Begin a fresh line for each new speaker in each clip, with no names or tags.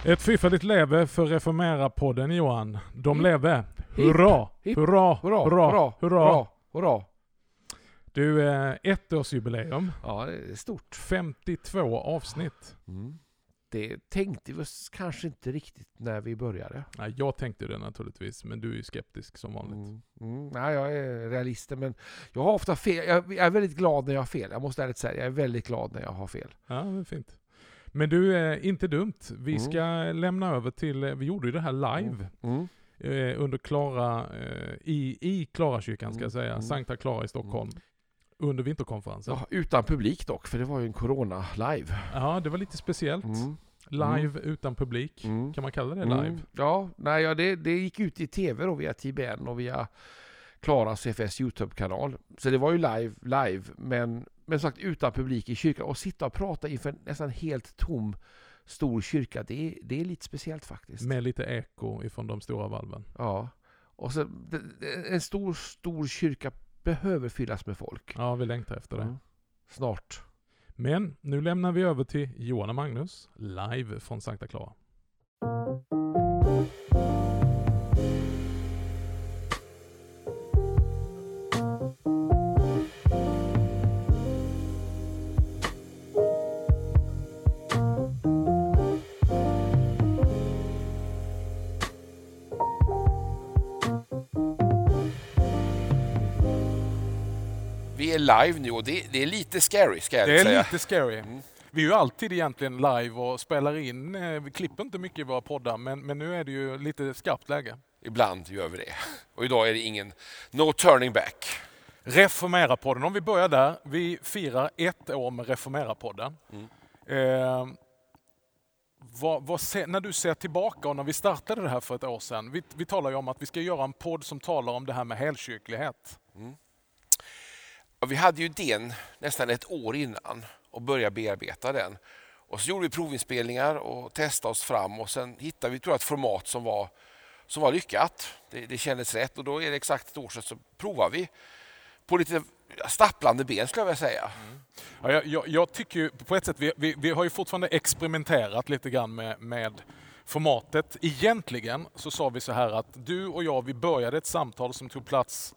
Ett fyrfaldigt leve för Reformera-podden, Johan. De leve. Hurra! Hurra! Hurra! Hurra!
Hurra!
Du, ettårsjubileum.
Ja, det är stort.
52 avsnitt.
Det tänkte vi kanske inte riktigt när vi började.
Nej, jag tänkte det naturligtvis, men du är ju skeptisk som vanligt.
Nej, jag är realist, men jag har ofta fel. Jag är väldigt glad när jag har fel. Jag måste ärligt säga, jag är väldigt glad när jag har fel.
Ja, det är fint. Men du, är inte dumt. Vi ska lämna över till, vi gjorde ju det här live under Klara, i Klarakyrkan ska jag säga, Sankta Clara i Stockholm. Under vinterkonferensen.
Ja, utan publik dock, för det var ju en corona-live.
Ja, det var lite speciellt. Live utan publik. Kan man kalla det live?
Ja, det gick ut i tv då via TBN och via Klara CFS YouTube-kanal. Så det var ju live, men sagt utan publik i kyrkan. Och sitta och prata inför nästan helt tom stor kyrka, det är lite speciellt faktiskt.
Med lite eko ifrån de stora valven.
Ja, och så en stor kyrka behöver fyllas med folk.
Ja, vi längtar efter det.
Snart.
Men nu lämnar vi över till Johan och Magnus, live från Sankta Clara.
Vi är live nu och det är lite scary, ska jag säga.
Det är lite scary. Vi är ju alltid egentligen live och spelar in. Vi klipper inte mycket i våra poddar, men nu är det ju lite skarpt läge.
Ibland gör vi det. Och idag är det ingen no turning back.
Reformera-podden, om vi börjar där. Vi firar 1 år med Reformera-podden. När du ser tillbaka och när vi startade det här för 1 år sedan. Vi talar ju om att vi ska göra en podd som talar om det här med helkyrklighet.
Vi hade ju idén nästan 1 år innan och började bearbeta den. Och så gjorde vi provinspelningar och testade oss fram och sen hittade vi, tror jag, ett format som var lyckat. Det kändes rätt och då är det exakt 1 år sedan så provar vi på lite stapplande ben, skulle jag vilja säga.
Ja, jag tycker ju på ett sätt, vi har ju fortfarande experimenterat lite grann med formatet. Egentligen så sa vi så här att du och jag, vi började ett samtal som tog plats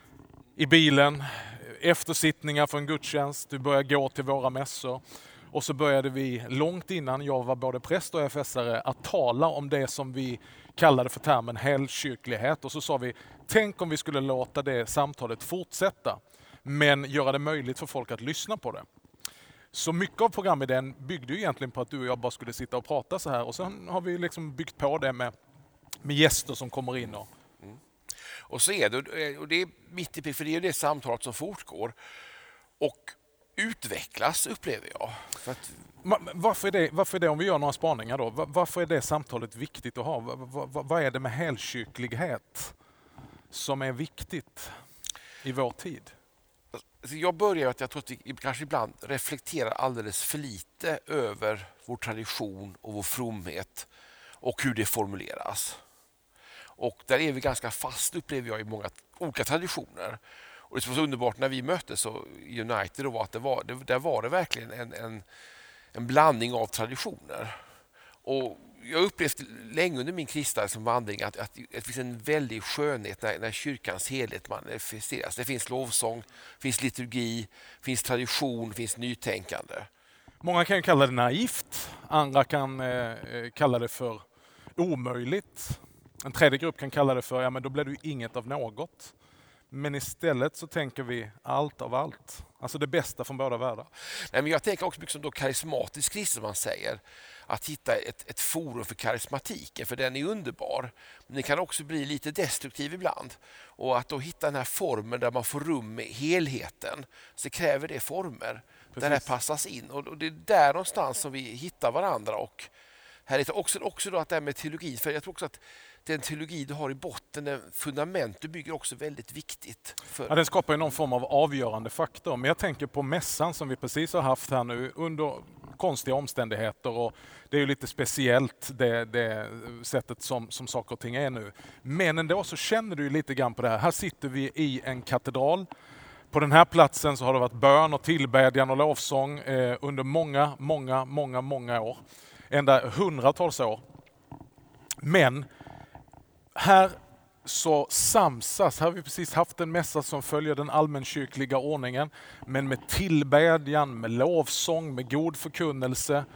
i bilen, eftersittningar för en gudstjänst, du började gå till våra mässor och så började vi långt innan jag var både präst och FS-are att tala om det som vi kallade för termen helkyrklighet och så sa vi, tänk om vi skulle låta det samtalet fortsätta men göra det möjligt för folk att lyssna på det. Så mycket av programidén byggde ju egentligen på att du och jag bara skulle sitta och prata så här och sen har vi liksom byggt på det med gäster som kommer in och
så är det, och det är mitt i, för det är det samtalet som fortgår och utvecklas, upplever jag. För att...
varför är det, om vi gör några spaningar då, varför är det samtalet viktigt att ha? Vad är det med helkyrklighet som är viktigt i vår tid?
Jag börjar att jag tror att vi kanske ibland reflekterar alldeles för lite över vår tradition och vår fromhet och hur det formuleras. Och där är vi ganska fast, upplever jag, i många olika traditioner. Och det som var så underbart när vi möttes i United var att där var det verkligen en blandning av traditioner. Och jag upplevt länge under min kristna som vandring att det finns en väldig skönhet när kyrkans helhet manifesteras. Det finns lovsång, finns liturgi, finns tradition, finns nytänkande.
Många kan ju kalla det naivt, andra kan kalla det för omöjligt. En tredje grupp kan kalla det för, ja men då blir det ju inget av något. Men istället så tänker vi allt av allt. Alltså det bästa från båda världar.
Nej, men jag tänker också mycket som då karismatisk kristen, man säger. Att hitta ett forum för karismatiken, för den är underbar. Men den kan också bli lite destruktiv ibland. Och att då hitta den här formen där man får rum med helheten, så kräver det former. Precis. Där det passas in. Och det är där någonstans som vi hittar varandra. Och här är det också då att det här med teologi, för jag tror också att den teologi du har i botten, den fundament du bygger, också väldigt viktigt.
Ja, den skapar ju någon form av avgörande faktor. Men jag tänker på mässan som vi precis har haft här nu under konstiga omständigheter. Och det är ju lite speciellt det sättet som saker och ting är nu. Men ändå så känner du ju lite grann på det här. Här sitter vi i en katedral. På den här platsen så har det varit bön och tillbedjan och lovsång under många år. Ända hundratals år. Men här så samsas, här har vi precis haft en mässa som följer den allmänkyrkliga ordningen, men med tillbedjan, med lovsång, med god förkunnelse.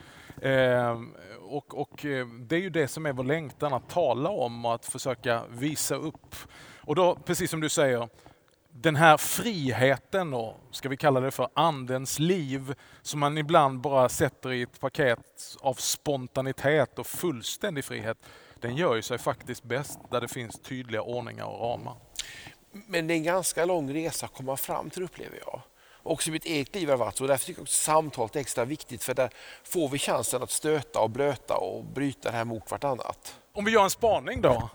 Och det är ju det som är vår längtan, att tala om och att försöka visa upp. Och då, precis som du säger, den här friheten, och ska vi kalla det för andens liv, som man ibland bara sätter i ett paket av spontanitet och fullständig frihet, den gör ju sig faktiskt bäst där det finns tydliga ordningar och ramar.
Men det är en ganska lång resa att komma fram till, upplever jag. Också i mitt eget liv har varit så. Därför tycker jag också samtalet är extra viktigt, för där får vi chansen att stöta och blöta och bryta det här mot vartannat.
Om vi gör en spaning då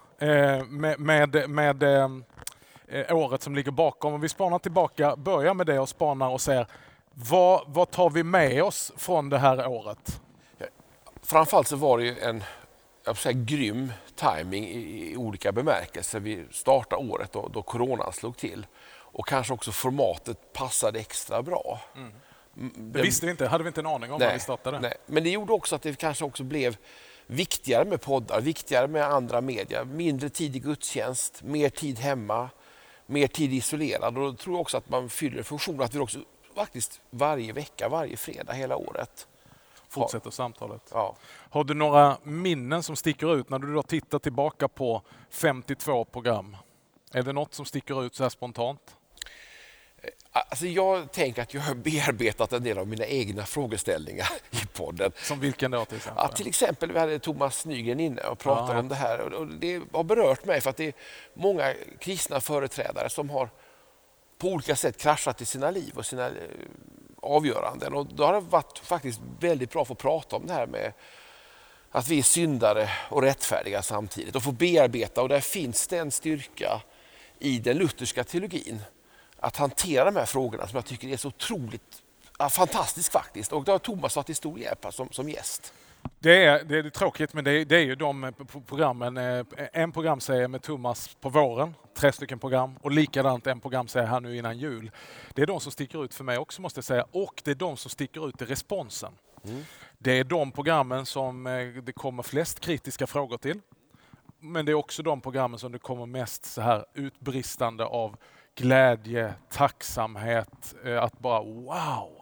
med året som ligger bakom. Om vi spanar tillbaka, börjar med det och spanar och ser vad tar vi med oss från det här året?
Framförallt så var det ju en grym timing i olika bemärkelser. Vi startade året då coronan slog till. Och kanske också formatet passade extra bra.
Det visste vi inte, hade vi inte en aning om när vi startade.
Nej. Men det gjorde också att det kanske också blev viktigare med poddar, viktigare med andra medier. Mindre tid i gudstjänst, mer tid hemma, mer tid isolerad. Och då tror jag också att man fyller funktionen att vi också faktiskt varje vecka, varje fredag hela året
fortsätter samtalet.
Ja.
Har du några minnen som sticker ut när du då tittar tillbaka på 52 program? Är det något som sticker ut så här spontant?
Alltså jag tänker att jag har bearbetat en del av mina egna frågeställningar i podden.
Som vilken då till exempel?
Ja, till exempel vi hade Thomas Nygren inne och pratade om det här. Och det har berört mig för att det är många kristna företrädare som har på olika sätt kraschat i sina liv och sina avgöranden. Och då har det varit faktiskt väldigt bra att få prata om det här med att vi är syndare och rättfärdiga samtidigt. Och få bearbeta, och där finns det en styrka i den lutherska teologin att hantera de här frågorna som jag tycker är så otroligt fantastisk faktiskt. Och då har Thomas varit till stor hjälp som gäst.
Det är tråkigt, men det är ju de programmen. En programserie med Thomas på våren, 3 stycken program, och likadant en programserie här nu innan jul. Det är de som sticker ut för mig också, måste jag säga, och det är de som sticker ut i responsen. Det är de programmen som det kommer flest kritiska frågor till, men det är också de programmen som det kommer mest så här utbristande av glädje, tacksamhet, att bara wow.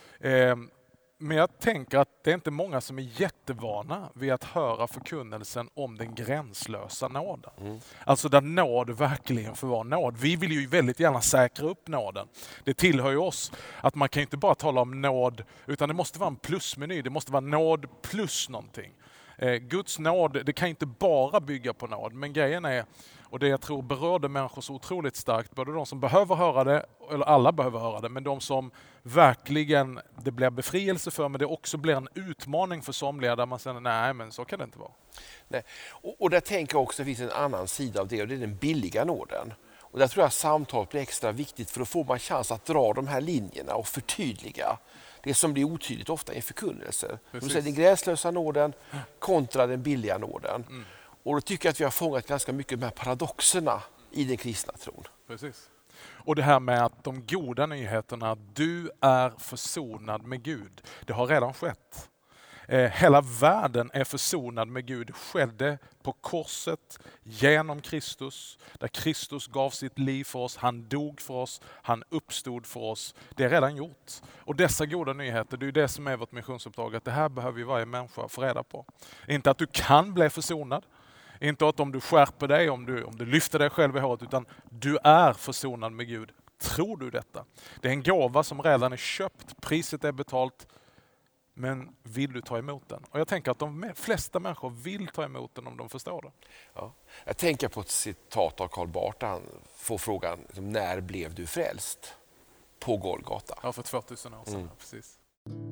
Men jag tänker att det är inte många som är jättevana vid att höra förkunnelsen om den gränslösa nåden. Alltså där nåd verkligen får vara nåd. Vi vill ju väldigt gärna säkra upp nåden. Det tillhör ju oss att man kan inte bara tala om nåd, utan det måste vara en plusmeny. Det måste vara nåd plus någonting. Guds nåd, det kan inte bara bygga på nåd, men grejen är, och det jag tror berörde människor så otroligt starkt, både de som behöver höra det, eller alla behöver höra det, men de som verkligen det blir befrielse för, men det också blir en utmaning för somliga där man säger nej, men så kan det inte vara.
Nej. Och där tänker jag också att det finns en annan sida av det, och det är den billiga nåden. Och där tror jag samtalet blir extra viktigt, för då får man chans att dra de här linjerna och förtydliga det som blir otydligt ofta i förkunnelser. Den gränslösa nåden kontra den billiga nåden. Och då tycker jag att vi har fångat ganska mycket de här paradoxerna i den kristna tron.
Precis. Och det här med att de goda nyheterna, att du är försonad med Gud, det har redan skett. Hela världen är försonad med Gud. Det skedde på korset genom Kristus, där Kristus gav sitt liv för oss. Han dog för oss, han uppstod för oss. Det är redan gjort. Och dessa goda nyheter, det är det som är vårt missionsuppdrag, att det här behöver ju varje människa få reda på. Inte att du kan bli försonad, inte att om du skärper dig, om du lyfter dig själv i håret, utan du är försonad med Gud. Tror du detta? Det är en gåva som redan är köpt, priset är betalt. Men vill du ta emot den? Och jag tänker att de flesta människor vill ta emot den om de förstår det.
Ja. Jag tänker på ett citat av Karl Barth. Han får frågan, när blev du frälst? På Golgata.
Ja, för 2000 år sedan. Precis.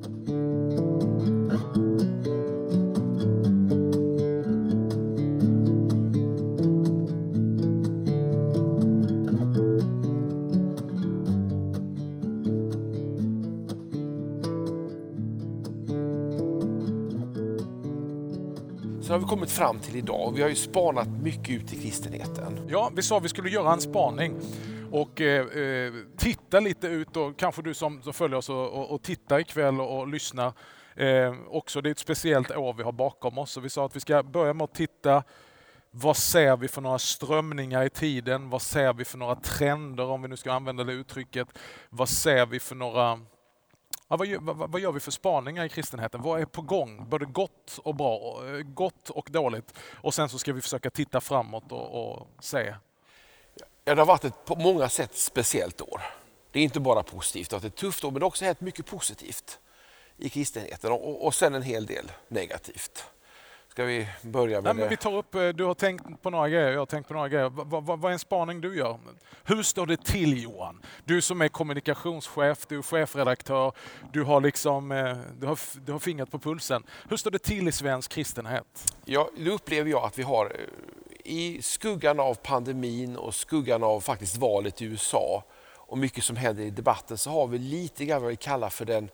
Så har vi kommit fram till idag. Vi har ju spanat mycket ut i kristenheten.
Ja, vi sa att vi skulle göra en spaning och titta lite ut, och kanske du som följer oss och tittar ikväll och lyssnar också. Det är ett speciellt år vi har bakom oss, och vi sa att vi ska börja med att titta Vad ser vi för några strömningar i tiden? Vad ser vi för några trender, om vi nu ska använda det uttrycket? Vad ser vi för några... Ja, vad gör vi för spaningar i kristenheten? Vad är på gång? Både gott och bra, gott och dåligt. Och sen så ska vi försöka titta framåt och se.
Ja, det har varit ett på många sätt speciellt år. Det är inte bara positivt, det har varit ett tufft år, men det har också hänt mycket positivt i kristenheten och sen en hel del negativt. Ska vi börja med det?
Men vi tar upp, du har tänkt på några grejer, jag har tänkt på några grejer. Vad är en spaning du gör? Hur står det till, Johan? Du som är kommunikationschef, du är chefredaktör, du har liksom, du har fingret på pulsen. Hur står det till i svensk kristenhet?
Ja, nu upplever jag att vi har i skuggan av pandemin och skuggan av faktiskt valet i USA och mycket som händer i debatten, så har vi lite grann vad vi kallar för den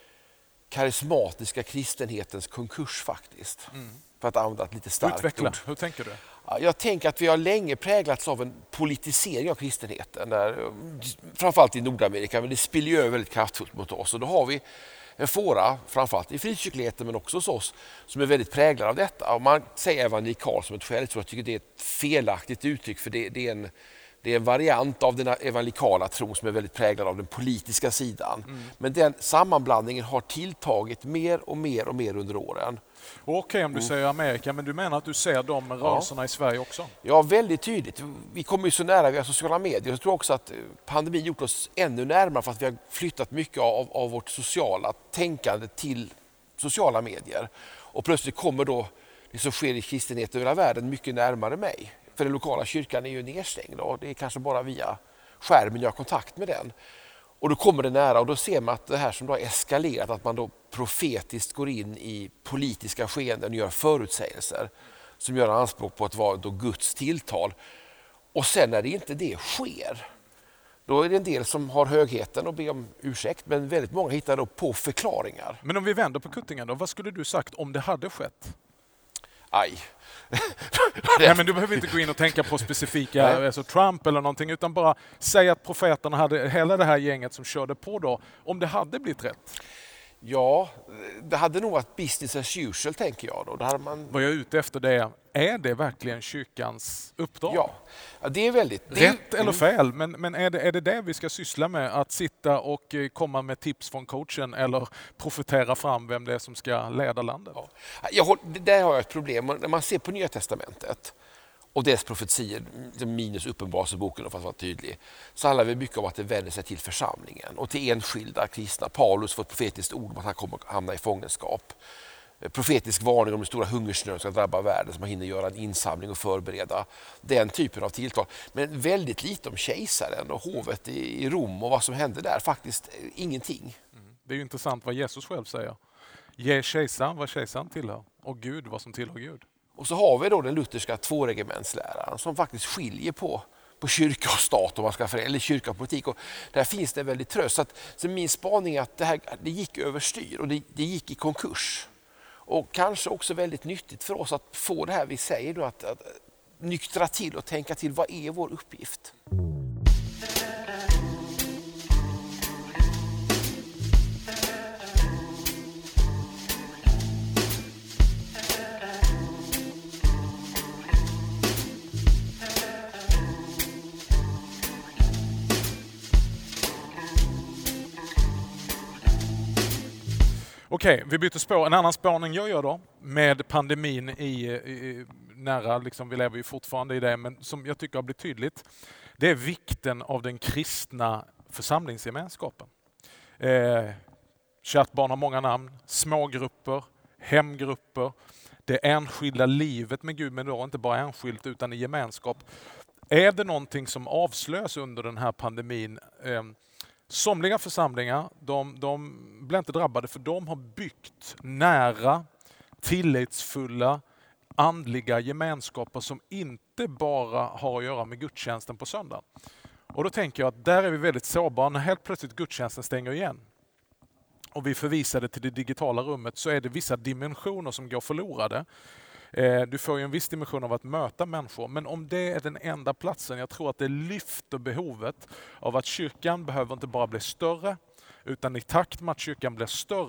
karismatiska kristenhetens konkurs faktiskt. För att använda ett lite starkt
Utveckla.
ord.
Hur tänker du?
Jag tänker att vi har länge präglats av en politisering av kristenheten. Framförallt i Nordamerika, men det spiller ju över väldigt kraftfullt mot oss. Och då har vi en fåra, framförallt i frikyrkligheten men också hos oss, som är väldigt präglad av detta. Och man säger evangelikal som ett skällsord. Jag tycker det är ett felaktigt uttryck, för det är en variant av den evangelikala tron som är väldigt präglad av den politiska sidan. Men den sammanblandningen har tilltagit mer och mer och mer under åren.
Okej, om du säger Amerika, men du menar att du ser de rörelserna i Sverige också?
Ja, väldigt tydligt. Vi kommer ju så nära via sociala medier. Jag tror också att pandemin gjort oss ännu närmare för att vi har flyttat mycket av vårt sociala tänkande till sociala medier. Och plötsligt kommer då det som sker i kristenhet över hela världen mycket närmare mig. För den lokala kyrkan är ju nedstängd och det är kanske bara via skärmen jag har kontakt med den. Och då kommer det nära och då ser man att det här som då har eskalerat, att man då profetiskt går in i politiska skeenden och gör förutsägelser som gör anspråk på att vara då Guds tilltal. Och sen när det inte det sker, då är det en del som har högheten och ber om ursäkt, men väldigt många hittar då på förklaringar.
Men om vi vänder på kuttingen då, vad skulle du sagt om det hade skett?
Aj.
Nej, men du behöver inte gå in och tänka på specifika alltså Trump eller någonting, utan bara säga att profeterna hade, hela det här gänget som körde på då, om det hade blivit rätt.
Ja, det hade nog varit business as usual, tänker jag. Då. Då hade man...
Vad jag är ute efter det är det verkligen kyrkans uppdrag?
Ja, det är väldigt...
Rätt eller fel, men är det vi ska syssla med? Att sitta och komma med tips från coachen eller profetera fram vem det är som ska leda landet?
Ja. Där har jag ett problem. När man ser på Nya testamentet och dess profetier, minus Uppenbarelseboken för att vara tydlig, så handlar det mycket om att det vänder sig till församlingen och till enskilda kristna. Paulus får ett profetiskt ord om att han kommer hamna i fångenskap. Profetisk varning om den stora hungersnöden ska drabba världen, så man hinner göra en insamling och förbereda den typen av tilltal. Men väldigt lite om kejsaren och hovet i Rom och vad som hände där. Faktiskt ingenting.
Det är ju intressant vad Jesus själv säger. Ge kejsaren vad kejsaren tillhör och Gud vad som tillhör Gud. Och
så har vi då den lutherska tvåregementsläran som faktiskt skiljer på kyrka och stat, om man ska eller kyrka och politik. Och där finns det väldigt tröst. Så min spaning är att det gick överstyr och det gick i konkurs. Och kanske också väldigt nyttigt för oss att få det här vi säger då, att nyktra till och tänka till, vad är vår uppgift?
Okej, vi byter spår. En annan spaning jag gör då, med pandemin i nära, liksom, vi lever ju fortfarande i det, men som jag tycker har blivit tydligt, det är vikten av den kristna församlingsgemenskapen. Kärt barn har många namn, smågrupper, hemgrupper, det enskilda livet med Gud, men då inte bara enskilt utan i gemenskap. Är det någonting som avslöjas under den här pandemin? Somliga församlingar, de blir inte drabbade för de har byggt nära, tillitsfulla, andliga gemenskaper som inte bara har att göra med gudstjänsten på söndag. Och då tänker jag att där är vi väldigt sårbara. När helt plötsligt gudstjänsten stänger igen och vi förvisade till det digitala rummet, så är det vissa dimensioner som går förlorade. Du får ju en viss dimension av att möta människor, men om det är den enda platsen, jag tror att det lyfter behovet av att kyrkan behöver inte bara bli större, utan i takt med att kyrkan blir större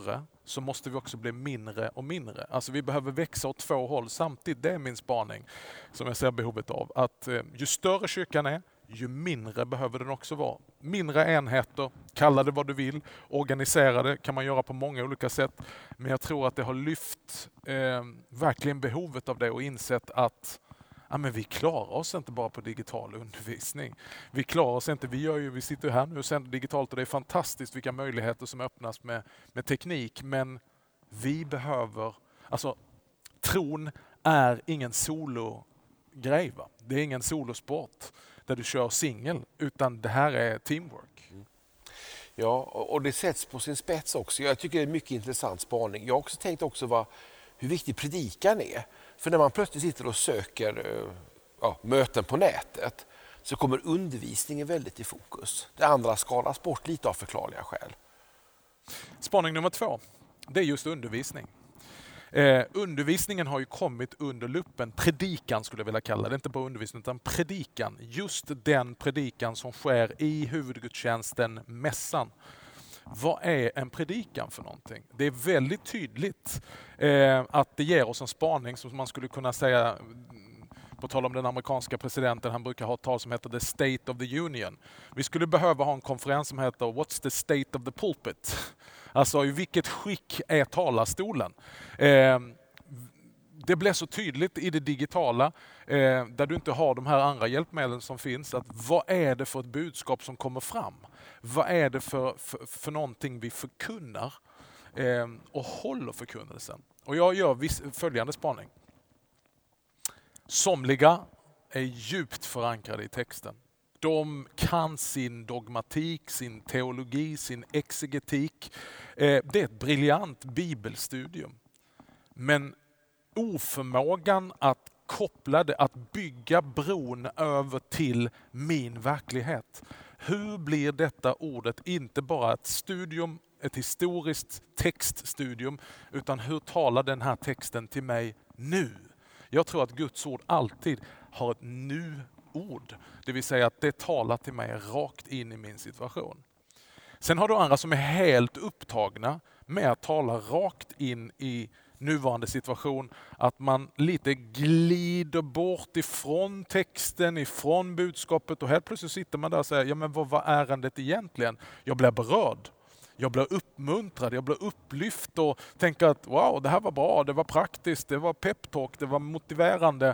så måste vi också bli mindre och mindre. Alltså vi behöver växa åt två håll samtidigt. Det är min spaning som jag ser behovet av. Att ju större kyrkan är, ju mindre behöver den också vara. Mindre enheter, kalla det vad du vill. Organisera det kan man göra på många olika sätt. Men jag tror att det har lyft verkligen behovet av det och insett att men vi klarar oss inte bara på digital undervisning. Vi klarar oss inte. Vi sitter här nu och sänder digitalt och det är fantastiskt vilka möjligheter som öppnas med teknik. Men vi behöver, alltså tron är ingen sologrej. Va? Det är ingen solosport där du kör singel, utan det här är teamwork.
Ja, och det sätts på sin spets också. Jag tycker det är en mycket intressant spaning. Jag har också tänkt hur viktig predikan är. För när man plötsligt sitter och söker möten på nätet så kommer undervisningen väldigt i fokus. Det andra skalas bort lite av förklarliga skäl.
Spaning nummer 2, det är just undervisning. Undervisningen har ju kommit under luppen. Predikan skulle jag vilja kalla det, inte bara undervisning utan predikan. Just den predikan som sker i huvudgudstjänsten, mässan. Vad är en predikan för någonting? Det är väldigt tydligt att det ger oss en spaning som man skulle kunna säga, på tal om den amerikanska presidenten, han brukar ha ett tal som heter The State of the Union. Vi skulle behöva ha en konferens som heter What's the State of the Pulpit? Alltså i vilket skick är talarstolen? Det blir så tydligt i det digitala, där du inte har de här andra hjälpmedlen som finns, att vad är det för ett budskap som kommer fram? Vad är det för någonting vi förkunnar och håller förkunnelsen? Och jag gör följande spaning. Somliga är djupt förankrade i texten. De kan sin dogmatik, sin teologi, sin exegetik. Det är ett briljant bibelstudium. Men oförmågan att koppla det, att bygga bron över till min verklighet. Hur blir detta ordet inte bara ett studium, ett historiskt textstudium, utan hur talar den här texten till mig nu? Jag tror att Guds ord alltid har ett nu-ord. Det vill säga att det talar till mig rakt in i min situation. Sen har du andra som är helt upptagna med att tala rakt in i nuvarande situation. Att man lite glider bort ifrån texten, ifrån budskapet och helt plötsligt sitter man där och säger, ja men vad var ärendet egentligen? Jag blir berörd. Jag blir uppmuntrad, jag blir upplyft och tänker att wow, det här var bra, det var praktiskt, det var peptalk, det var motiverande.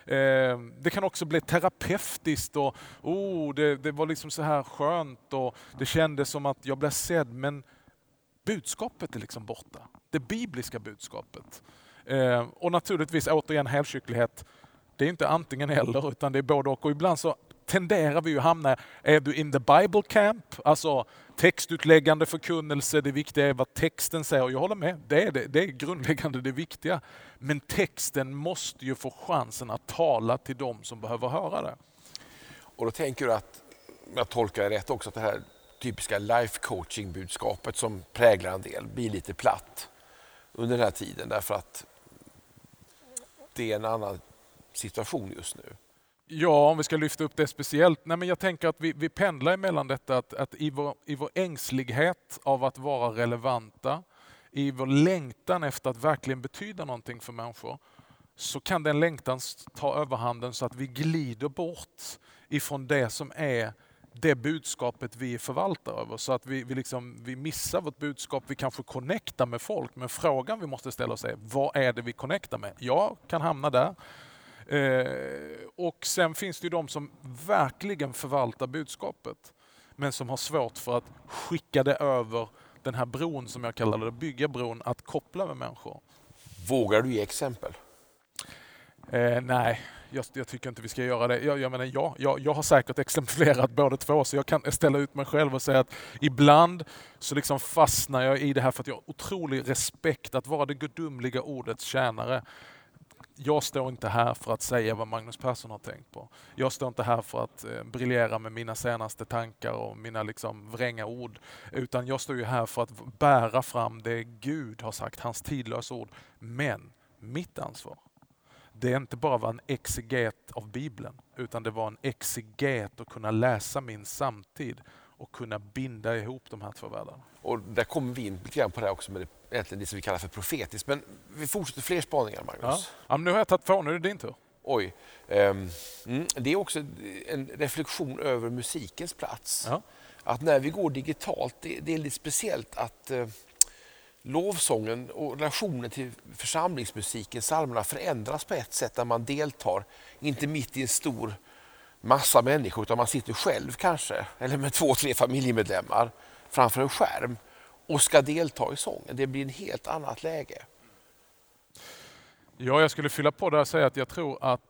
Det kan också bli terapeutiskt och det var liksom så här skönt och det kändes som att jag blev sedd, men budskapet är liksom borta. Det bibliska budskapet. Och naturligtvis återigen helkyrklighet. Det är inte antingen eller utan det är både och ibland så tenderar vi ju hamna, är du in the Bible camp, alltså textutläggande förkunnelse, det viktiga är vad texten säger och jag håller med, det är grundläggande det viktiga. Men texten måste ju få chansen att tala till dem som behöver höra det.
Och då tänker du att, jag tolkar det rätt också, att det här typiska life coaching budskapet som präglar en del blir lite platt under den här tiden därför att det är en annan situation just nu.
Ja, om vi ska lyfta upp det speciellt. Nej, men jag tänker att vi pendlar emellan detta att i vår ängslighet av att vara relevanta, i vår längtan efter att verkligen betyda någonting för människor, så kan den längtan ta överhanden så att vi glider bort ifrån det som är det budskapet vi förvaltar över. Så att vi missar vårt budskap, vi kanske connectar med folk, men frågan vi måste ställa oss är, vad är det vi connectar med? Jag kan hamna där. Och sen finns det ju de som verkligen förvaltar budskapet men som har svårt för att skicka det över den här bron som jag kallar det, bygga bron, att koppla med människor.
Vågar du ge exempel?
Nej, jag tycker inte vi ska göra det. Jag har säkert exemplifierat båda två så jag kan ställa ut mig själv och säga att ibland så liksom fastnar jag i det här för att jag har otrolig respekt att vara det gudomliga ordets tjänare. Jag står inte här för att säga vad Magnus Persson har tänkt på. Jag står inte här för att briljera med mina senaste tankar och mina vränga ord. Utan jag står ju här för att bära fram det Gud har sagt, hans tidlösa ord. Men mitt ansvar, det är inte bara vara en exeget av Bibeln, utan det var en exeget att kunna läsa min samtid och kunna binda ihop de här två världarna.
Och där kommer vi in lite grann på det också med egentligen det som vi kallar för profetiskt. Men vi fortsätter fler spaningar, Magnus.
Ja, men nu har jag tagit på, nu är det din tur.
Oj. Det är också en reflektion över musikens plats.
Ja.
Att när vi går digitalt, det är lite speciellt att lovsången och relationen till församlingsmusiken, psalmerna förändras på ett sätt där man deltar, inte mitt i en stor massa människor utan man sitter själv kanske, eller med 2-3 familjemedlemmar framför en skärm och ska delta i sången. Det blir en helt annat läge.
Ja, jag skulle fylla på där och säga att jag tror att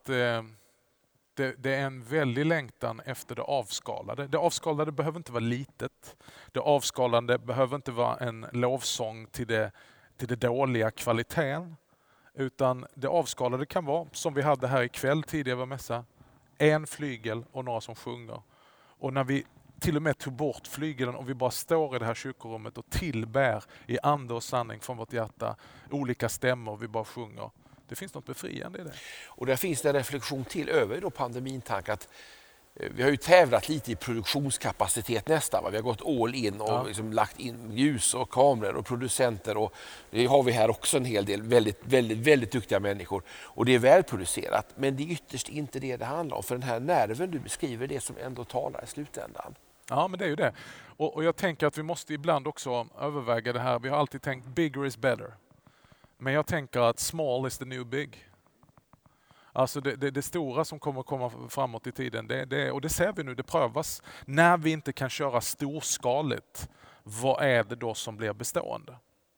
det är en väldig längtan efter det avskalade. Det avskalade behöver inte vara litet. Det avskalade behöver inte vara en lovsång till det dåliga kvaliteten. Utan det avskalade kan vara, som vi hade här ikväll tidigare vid mässa, en flygel och några som sjunger. Och när vi till och med tog bort flygeln och vi bara står i det här kyrkorummet och tillbär i ande och sanning från vårt hjärta olika stämmor vi bara sjunger. Det finns något befriande i det.
Och där finns det en reflektion till över då pandemintank att vi har ju tävlat lite i produktionskapacitet nästan. Va? Vi har gått all in och liksom lagt in ljus och kameror och producenter och det har vi här också en hel del väldigt duktiga människor. Och det är välproducerat, men det är ytterst inte det handlar om. För den här nerven du beskriver, det som ändå talar i slutändan.
Ja, men det är ju det. Och jag tänker att vi måste ibland också överväga det här. Vi har alltid tänkt bigger is better. Men jag tänker att small is the new big. Alltså det stora som kommer komma framåt i tiden, och det ser vi nu, det prövas. När vi inte kan köra storskaligt, vad är det då som blir bestående?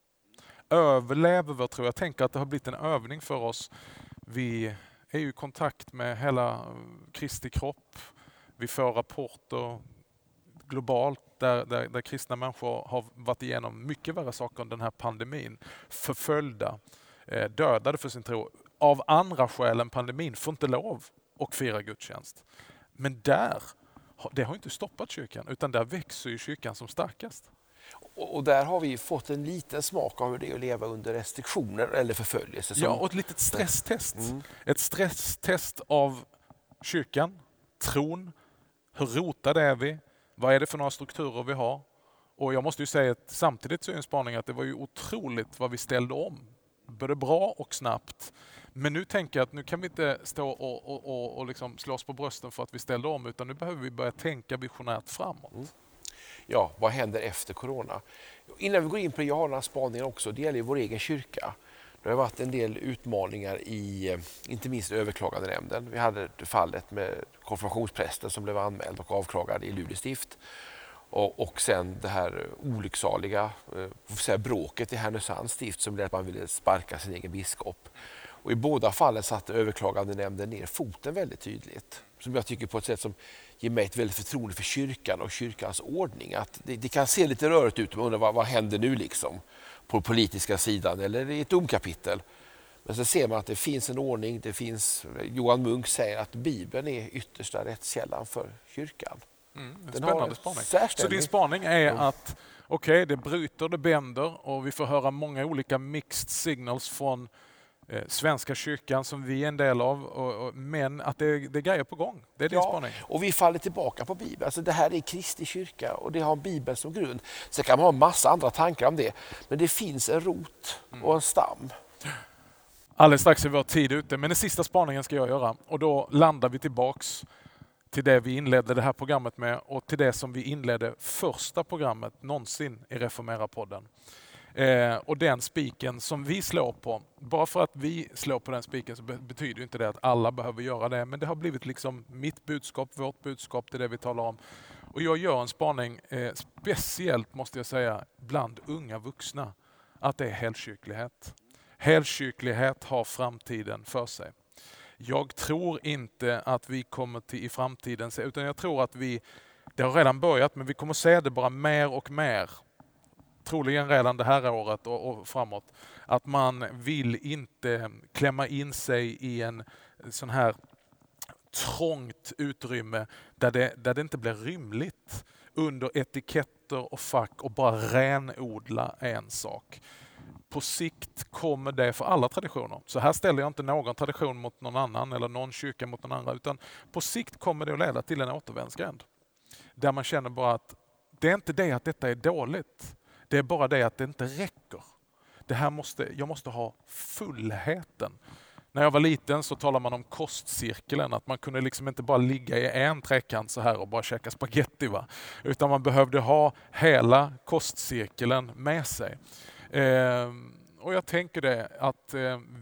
Överlever vi, tror jag. Tänker att det har blivit en övning för oss. Vi är ju i kontakt med hela Kristi kropp. Vi får rapporter globalt där kristna människor har varit igenom mycket värre saker än den här pandemin. Förföljda, dödade för sin tro. Av andra skäl än pandemin får inte lov att fira gudstjänst. Men det har inte stoppat kyrkan, utan där växer ju kyrkan som starkast.
Och där har vi fått en liten smak av hur det är att leva under restriktioner eller förföljelse.
Ja, och ett litet stresstest. Ett stresstest av kyrkan, tron, hur rotade är vi, vad är det för några strukturer vi har. Och jag måste ju säga att samtidigt så är en spaning att det var ju otroligt vad vi ställde om. Både bra och snabbt. Men nu tänker jag att nu kan vi inte stå och liksom slå oss på brösten för att vi ställde om, utan nu behöver vi börja tänka visionärt framåt.
Ja, vad händer efter corona? Innan vi går in på det, jag har några spaningar också. Det gäller ju vår egen kyrka. Det har varit en del utmaningar i, inte minst överklagandenämnden. Vi hade fallet med konfirmationsprästen som blev anmäld och avklagad i Luleå stift. Och sen det här olycksaliga bråket i Härnösands stift som blev att man ville sparka sin egen biskop. Och i båda fallen satte överklagandenämnden ner foten väldigt tydligt. Som jag tycker på ett sätt som ger mig ett väldigt förtroende för kyrkan och kyrkans ordning. Att det kan se lite rörigt ut och undra vad händer nu liksom på politiska sidan eller i ett domkapitel. Men så ser man att det finns en ordning. Det finns, Johan Munk säger att Bibeln är yttersta rättskällan för kyrkan.
En spännande spaning. Så din spaning är att det bryter, det bänder och vi får höra många olika mixed signals från Svenska kyrkan som vi är en del av, men att det är grejer på gång. Det är din spaning.
Och vi faller tillbaka på Bibeln. Alltså det här är Kristi kyrka och det har Bibeln som grund. Så kan man ha en massa andra tankar om det, men det finns en rot och en stam.
Alldeles strax är vår tid ute, men den sista spaningen ska jag göra och då landar vi tillbaks till det vi inledde det här programmet med och till det som vi inledde första programmet någonsin i Reformera-podden. Och den spiken som vi slår på, bara för att vi slår på den spiken så betyder inte det att alla behöver göra det, men det har blivit liksom mitt budskap, vårt budskap, det vi talar om. Och jag gör en spaning, speciellt måste jag säga, bland unga vuxna, att det är helkyrklighet. Helkyrklighet har framtiden för sig. Jag tror inte att vi kommer till i framtiden, utan jag tror att det har redan börjat, men vi kommer se det bara mer och mer. Troligen redan det här året och framåt. Att man vill inte klämma in sig i en sån här trångt utrymme där det inte blir rymligt under etiketter och fack och bara renodla en sak. På sikt kommer det för alla traditioner. Så här ställer jag inte någon tradition mot någon annan eller någon kyrka mot någon annan, utan på sikt kommer det att leda till en återvändsgränd. Där man känner bara att Det är inte det att detta är dåligt. Det är bara det att det inte räcker. Jag måste ha fullheten. När jag var liten så talade man om kostcirkeln, att man kunde liksom inte bara ligga i en trekant så här och bara käka spaghetti, va? Utan man behövde ha hela kostcirkeln med sig. Och jag tänker det att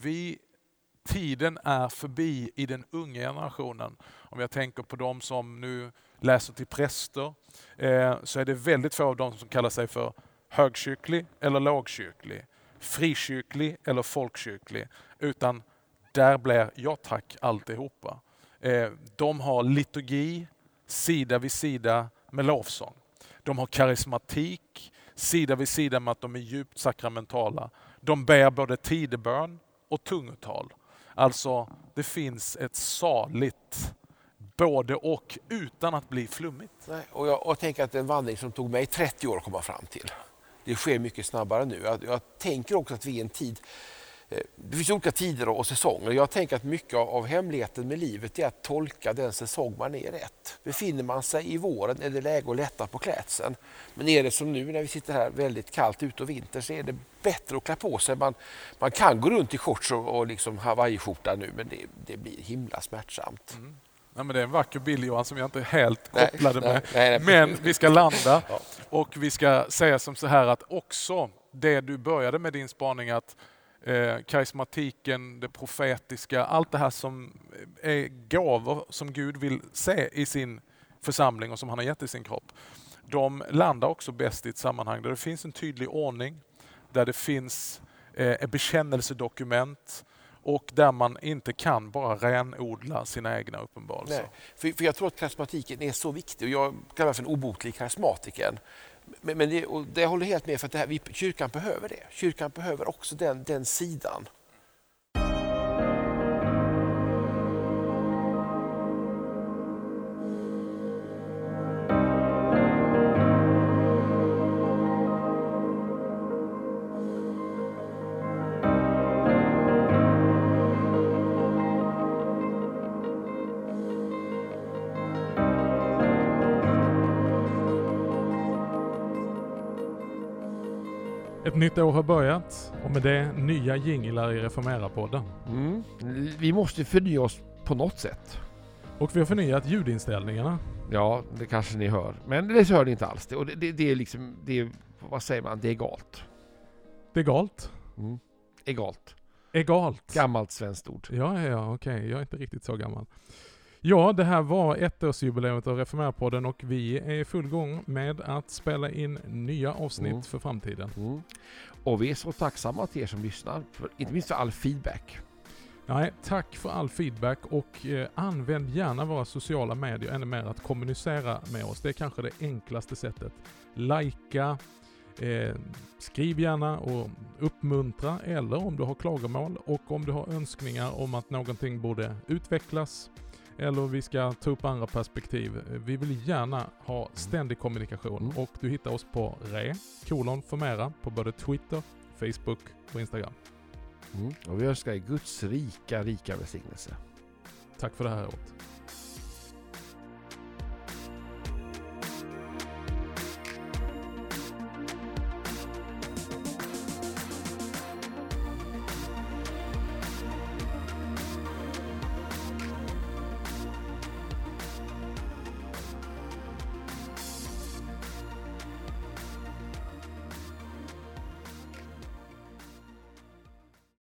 tiden är förbi i den unga generationen. Om jag tänker på de som nu läser till präster, så är det väldigt få av dem som kallar sig för högkyrklig eller lågkyrklig, frikyrklig eller folkkyrklig, utan där blir jag tack alltihopa. De har liturgi sida vid sida med lovsång. De har karismatik sida vid sida med att de är djupt sakramentala. De ber både tidebön och tungotal. Alltså det finns ett saligt både och utan att bli flummigt.
Nej, och jag tänker att en vandring som tog mig 30 år att komma fram till. Det sker mycket snabbare nu. Jag tänker också att vi är en tid. Det finns olika tider och säsonger. Jag tänker att mycket av hemligheten med livet är att tolka den säsong man är rätt. Befinner man sig i våren är det läge att lätta på klädseln. Men är det som nu när vi sitter här väldigt kallt ute och vinter så är det bättre att klä på sig. Man kan gå runt i shorts och liksom hawaiiskjorta nu, men det blir himla smärtsamt.
Mm. Ja, men det är en vacker bild, Johan, som jag inte helt kopplade med.
Nej.
Men vi ska landa och vi ska säga som så här att också det du började med din spaning, att karismatiken, det profetiska, allt det här som är gåvor som Gud vill se i sin församling och som han har gett i sin kropp, de landar också bäst i ett sammanhang där det finns en tydlig ordning, där det finns ett bekännelsedokument och där man inte kan bara renodla sina egna uppenbarelser.
Nej, för jag tror att karismatiken är så viktig, och jag kallar för en obotlig karismatiker. Men det håller helt med, för att kyrkan behöver det. Kyrkan behöver också den sidan.
Ett nytt år har börjat och med det nya jinglar i Reformera-podden.
Vi måste förnya oss på något sätt.
Och vi har förnyat ljudinställningarna.
Ja, det kanske ni hör. Men det hör ni inte alls. Och det är liksom, vad säger man? Det är egalt.
Det är galt?
Egalt.
Egalt?
Gammalt svenskt ord.
Ja, okej. Jag är inte riktigt så gammal. Ja, det här var ettårsjubileet av Reformera-podden och vi är i full gång med att spela in nya avsnitt för framtiden.
Och vi är så tacksamma till er som lyssnar, inte minst för all feedback.
Nej, tack för all feedback och använd gärna våra sociala medier ännu mer att kommunicera med oss. Det är kanske det enklaste sättet. Lajka, skriv gärna och uppmuntra, eller om du har klagomål och om du har önskningar om att någonting borde utvecklas eller vi ska ta upp andra perspektiv. Vi vill gärna ha ständig kommunikation och du hittar oss på @Formera på både Twitter, Facebook och Instagram.
Och vi önskar Guds rika välsignelse.
Tack för det här året.